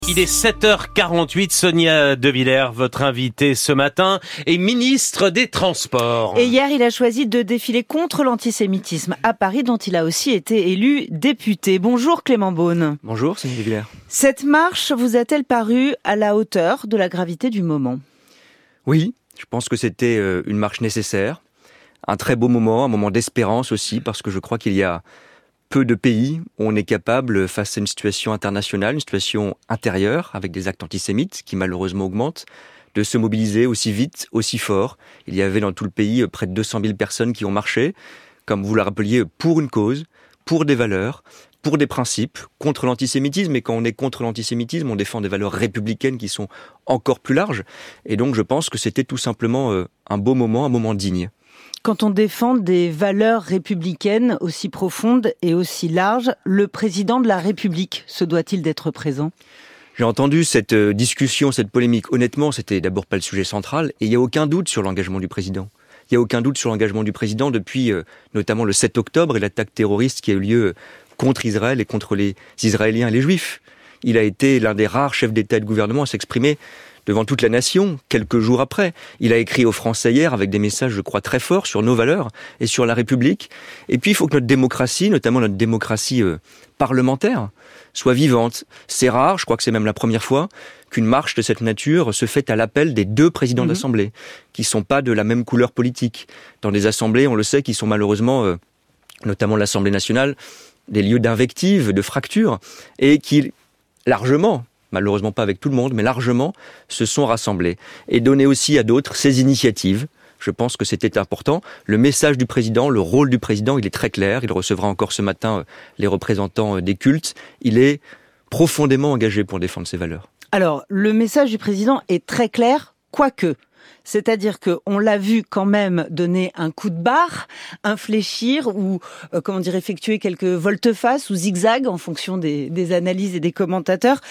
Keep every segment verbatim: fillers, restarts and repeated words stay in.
Il est sept heures quarante-huit, Sonia De Villers, votre invitée ce matin, est ministre des Transports. Et hier, il a choisi de défiler contre l'antisémitisme à Paris, dont il a aussi été élu député. Bonjour Clément Beaune. Bonjour Sonia De Villers. Cette marche vous a-t-elle paru à la hauteur de la gravité du moment ? Oui, je pense que c'était une marche nécessaire, un très beau moment, un moment d'espérance aussi, parce que je crois qu'il y a peu de pays où on est capable, face à une situation internationale, une situation intérieure, avec des actes antisémites qui malheureusement augmentent, de se mobiliser aussi vite, aussi fort. Il y avait dans tout le pays près de deux cent mille personnes qui ont marché, comme vous le rappeliez, pour une cause, pour des valeurs, pour des principes, contre l'antisémitisme. Et quand on est contre l'antisémitisme, on défend des valeurs républicaines qui sont encore plus larges. Et donc je pense que c'était tout simplement un beau moment, un moment digne. Quand on défend des valeurs républicaines aussi profondes et aussi larges, le président de la République se doit-il d'être présent ? J'ai entendu cette discussion, cette polémique. Honnêtement, c'était d'abord pas le sujet central et il n'y a aucun doute sur l'engagement du président. Il n'y a aucun doute sur l'engagement du président depuis euh, notamment le sept octobre et l'attaque terroriste qui a eu lieu contre Israël et contre les Israéliens et les Juifs. Il a été l'un des rares chefs d'État et de gouvernement à s'exprimer devant toute la nation, quelques jours après. Il a écrit aux Français hier avec des messages, je crois, très forts sur nos valeurs et sur la République. Et puis, il faut que notre démocratie, notamment notre démocratie euh, parlementaire, soit vivante. C'est rare, je crois que c'est même la première fois, qu'une marche de cette nature se fait à l'appel des deux présidents mmh. d'assemblée, qui ne sont pas de la même couleur politique. Dans des assemblées, on le sait, qui sont malheureusement, euh, notamment l'Assemblée nationale, des lieux d'invective, de fracture, et qui, largement, malheureusement pas avec tout le monde, mais largement, se sont rassemblés. Et donner aussi à d'autres ces initiatives. Je pense que c'était important. Le message du président, le rôle du président, il est très clair. Il recevra encore ce matin les représentants des cultes. Il est profondément engagé pour défendre ses valeurs. Alors, le message du président est très clair, quoique. C'est-à-dire qu'on l'a vu quand même donner un coup de barre, infléchir ou, euh, comment dire, effectuer quelques volte-face ou zigzags en fonction des, des analyses et des commentateurs,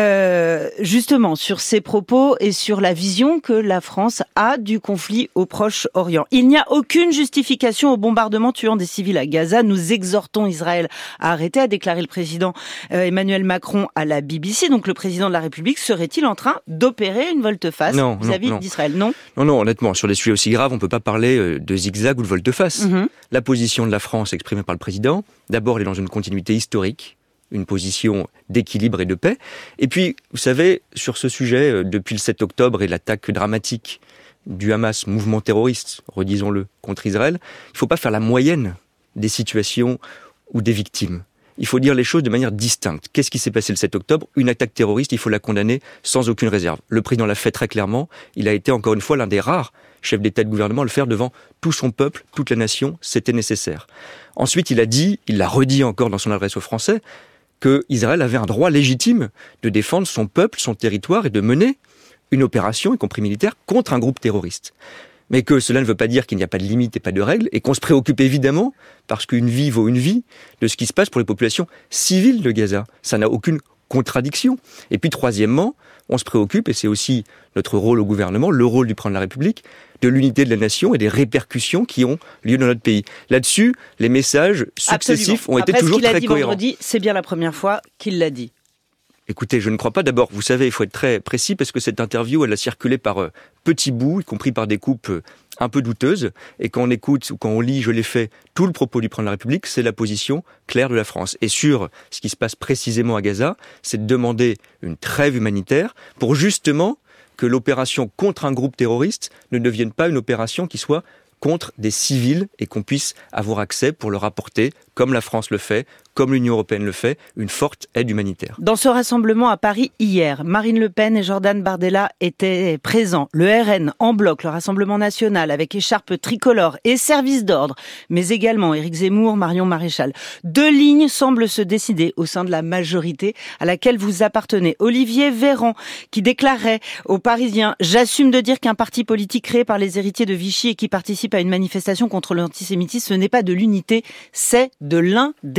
euh, justement sur ses propos et sur la vision que la France a du conflit au Proche-Orient. Il n'y a aucune justification au bombardement tuant des civils à Gaza. Nous exhortons Israël à arrêter, a déclaré le président euh, Emmanuel Macron à la B B C. Donc le président de la République serait-il en train d'opérer une volte-face non, vis-à-vis non, non. d'Israël ? Non. Non, non, honnêtement, sur des sujets aussi graves, on ne peut pas parler de zigzag ou de volte-face. Mmh. La position de la France exprimée par le président, d'abord, elle est dans une continuité historique, une position d'équilibre et de paix. Et puis, vous savez, sur ce sujet, depuis le sept octobre et l'attaque dramatique du Hamas, mouvement terroriste, redisons-le, contre Israël, il ne faut pas faire la moyenne des situations ou des victimes. Il faut dire les choses de manière distincte. Qu'est-ce qui s'est passé le sept octobre ? Une attaque terroriste, il faut la condamner sans aucune réserve. Le président l'a fait très clairement. Il a été encore une fois l'un des rares chefs d'État et de gouvernement à le faire devant tout son peuple, toute la nation. C'était nécessaire. Ensuite, il a dit, il l'a redit encore dans son adresse aux Français, que Israël avait un droit légitime de défendre son peuple, son territoire et de mener une opération, y compris militaire, contre un groupe terroriste. Mais que cela ne veut pas dire qu'il n'y a pas de limite et pas de règles, et qu'on se préoccupe évidemment, parce qu'une vie vaut une vie, de ce qui se passe pour les populations civiles de Gaza. Ça n'a aucune contradiction. Et puis troisièmement, on se préoccupe, et c'est aussi notre rôle au gouvernement, le rôle du président de la République, de l'unité de la nation et des répercussions qui ont lieu dans notre pays. Là-dessus, les messages successifs Absolument. ont été Après, toujours très cohérents. Après, ce qu'il a dit vendredi, c'est bien la première fois qu'il l'a dit. Écoutez, je ne crois pas. D'abord, vous savez, il faut être très précis parce que cette interview, elle a circulé par euh, petits bouts, y compris par des coupes euh, un peu douteuses. Et quand on écoute ou quand on lit, je l'ai fait, tout le propos du président de la République, c'est la position claire de la France. Et sur ce qui se passe précisément à Gaza, c'est de demander une trêve humanitaire pour justement que l'opération contre un groupe terroriste ne devienne pas une opération qui soit contre des civils et qu'on puisse avoir accès pour leur apporter, comme la France le fait, comme l'Union européenne le fait, une forte aide humanitaire. Dans ce rassemblement à Paris hier, Marine Le Pen et Jordan Bardella étaient présents. Le R N en bloc, le Rassemblement national avec écharpe tricolore et service d'ordre, mais également Éric Zemmour, Marion Maréchal. Deux lignes semblent se décider au sein de la majorité à laquelle vous appartenez. Olivier Véran qui déclarait aux Parisiens « J'assume de dire qu'un parti politique créé par les héritiers de Vichy et qui participe à une manifestation contre l'antisémitisme, ce n'est pas de l'unité, c'est de l'indécence ».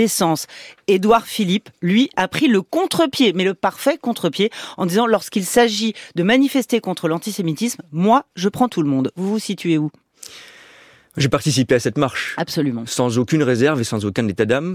Édouard Philippe, lui, a pris le contre-pied, mais le parfait contre-pied, en disant lorsqu'il s'agit de manifester contre l'antisémitisme, moi, je prends tout le monde. Vous vous situez où ? J'ai participé à cette marche. Absolument. Sans aucune réserve et sans aucun état d'âme.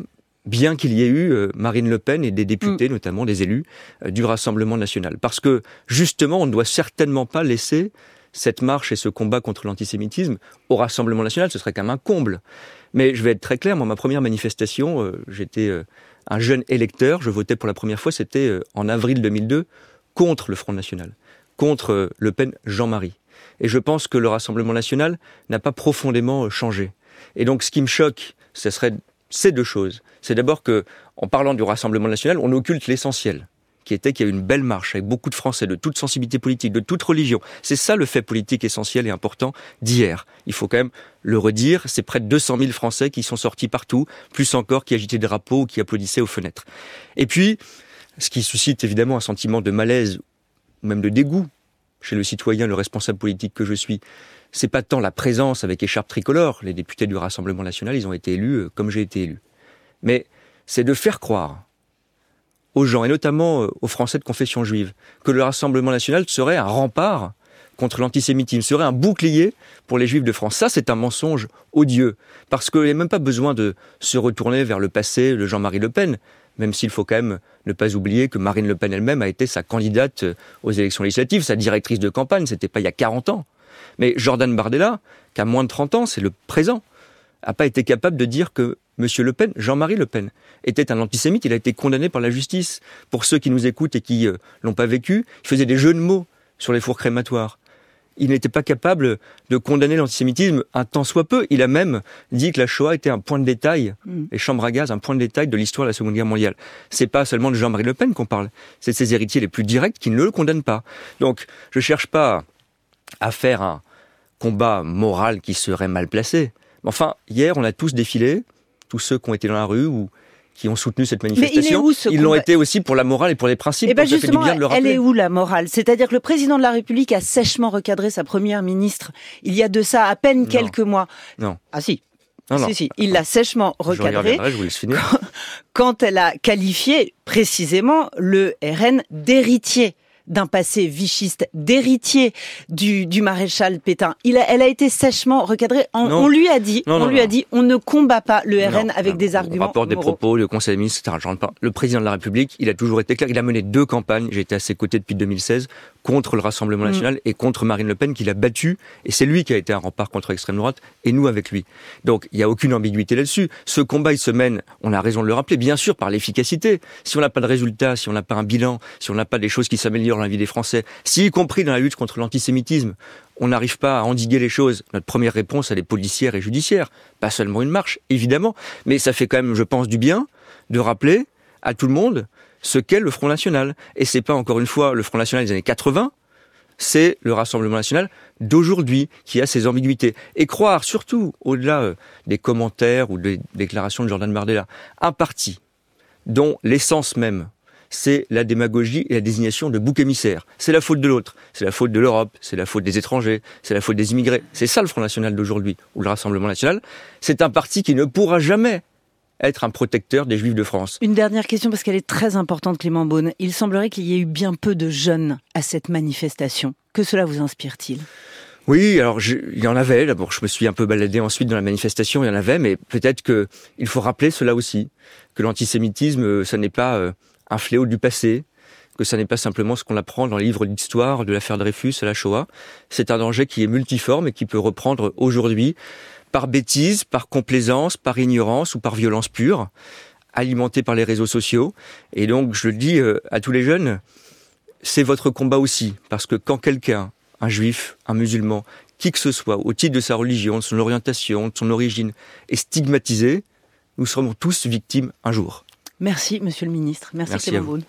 bien qu'il y ait eu euh, Marine Le Pen et des députés, mmh. notamment des élus, euh, du Rassemblement national. Parce que, justement, on ne doit certainement pas laisser cette marche et ce combat contre l'antisémitisme au Rassemblement national, ce serait quand même un comble. Mais je vais être très clair, moi, ma première manifestation, euh, j'étais euh, un jeune électeur, je votais pour la première fois, c'était euh, en avril deux mille deux, contre le Front National, contre euh, Le Pen Jean-Marie. Et je pense que le Rassemblement national n'a pas profondément euh, changé. Et donc, ce qui me choque, ce serait ces deux choses. C'est d'abord que, en parlant du Rassemblement national, on occulte l'essentiel, qui était qu'il y a eu une belle marche avec beaucoup de Français, de toute sensibilité politique, de toute religion. C'est ça le fait politique essentiel et important d'hier. Il faut quand même le redire, c'est près de deux cent mille Français qui sont sortis partout, plus encore qui agitaient des drapeaux ou qui applaudissaient aux fenêtres. Et puis, ce qui suscite évidemment un sentiment de malaise, ou même de dégoût, chez le citoyen, le responsable politique que je suis, c'est pas tant la présence avec écharpe tricolore, les députés du Rassemblement national, ils ont été élus comme j'ai été élu. Mais c'est de faire croire aux gens, et notamment aux Français de confession juive, que le Rassemblement national serait un rempart contre l'antisémitisme, serait un bouclier pour les Juifs de France. Ça, c'est un mensonge odieux, parce qu'il n'y a même pas besoin de se retourner vers le passé de Jean-Marie Le Pen, même s'il faut quand même ne pas oublier que Marine Le Pen elle-même a été sa candidate aux élections législatives, sa directrice de campagne, c'était pas il y a quarante ans. Mais Jordan Bardella, qui a moins de trente ans, c'est le présent, n'a pas été capable de dire que M. Le Pen, Jean-Marie Le Pen, était un antisémite. Il a été condamné par la justice. Pour ceux qui nous écoutent et qui euh, l'ont pas vécu, il faisait des jeux de mots sur les fours crématoires. Il n'était pas capable de condamner l'antisémitisme un tant soit peu. Il a même dit que la Shoah était un point de détail, mmh. les chambres à gaz, un point de détail de l'histoire de la Seconde Guerre mondiale. C'est pas seulement de Jean-Marie Le Pen qu'on parle, c'est de ses héritiers les plus directs qui ne le condamnent pas. Donc, je cherche pas à faire un combat moral qui serait mal placé. Mais enfin, hier, on a tous défilé, tous ceux qui ont été dans la rue ou qui ont soutenu cette manifestation, il ils l'ont été aussi pour la morale et pour les principes. Et ben ça fait du bien de le rappeler. Elle est où la morale ? C'est-à-dire que le président de la République a sèchement recadré sa première ministre il y a de ça à peine non. quelques mois. Non. Ah si. Non, non. Si, si. Il l'a sèchement recadré je vous laisse finir. Quand elle a qualifié précisément le R N d'héritier d'un passé vichiste, d'héritier du, du maréchal Pétain. Il a, elle a été sèchement recadrée. En, on lui a dit, non, on non, lui non. a dit, on ne combat pas le R N non, avec non, des arguments. On rapporte des propos, le Conseil des ministres, et cetera. Je rentre pas. Le président de la République, il a toujours été clair. Il a mené deux campagnes. J'ai été à ses côtés depuis deux mille seize contre le Rassemblement national mmh. et contre Marine Le Pen qu'il a battu. Et c'est lui qui a été un rempart contre l'extrême droite et nous avec lui. Donc il y a aucune ambiguïté là-dessus. Ce combat, il se mène, on a raison de le rappeler, bien sûr par l'efficacité. Si on n'a pas de résultats, si on n'a pas un bilan, si on n'a pas des choses qui s'améliorent dans la vie des Français, si y compris dans la lutte contre l'antisémitisme, on n'arrive pas à endiguer les choses, notre première réponse, elle est policière et judiciaire. Pas seulement une marche, évidemment. Mais ça fait quand même, je pense, du bien de rappeler à tout le monde ce qu'est le Front National. Et c'est pas, encore une fois, le Front National des années quatre-vingts, c'est le Rassemblement National d'aujourd'hui, qui a ses ambiguïtés. Et croire, surtout, au-delà euh, des commentaires ou des déclarations de Jordan Bardella, un parti dont l'essence même, c'est la démagogie et la désignation de bouc émissaire. C'est la faute de l'autre, c'est la faute de l'Europe, c'est la faute des étrangers, c'est la faute des immigrés. C'est ça le Front National d'aujourd'hui, ou le Rassemblement National. C'est un parti qui ne pourra jamais être un protecteur des Juifs de France. Une dernière question, parce qu'elle est très importante, Clément Beaune. Il semblerait qu'il y ait eu bien peu de jeunes à cette manifestation. Que cela vous inspire-t-il ? Oui, alors je, il y en avait. D'abord, je me suis un peu baladé ensuite dans la manifestation, il y en avait, mais peut-être que il faut rappeler cela aussi, que l'antisémitisme, ça n'est pas euh, un fléau du passé, que ça n'est pas simplement ce qu'on apprend dans les livres d'histoire de l'affaire Dreyfus à la Shoah. C'est un danger qui est multiforme et qui peut reprendre aujourd'hui par bêtise, par complaisance, par ignorance ou par violence pure, alimenté par les réseaux sociaux. Et donc, je le dis euh, à tous les jeunes, c'est votre combat aussi, parce que quand quelqu'un, un juif, un musulman, qui que ce soit, au titre de sa religion, de son orientation, de son origine, est stigmatisé, nous serons tous victimes un jour. Merci, Monsieur le Ministre. Merci, Merci Clément Beaune.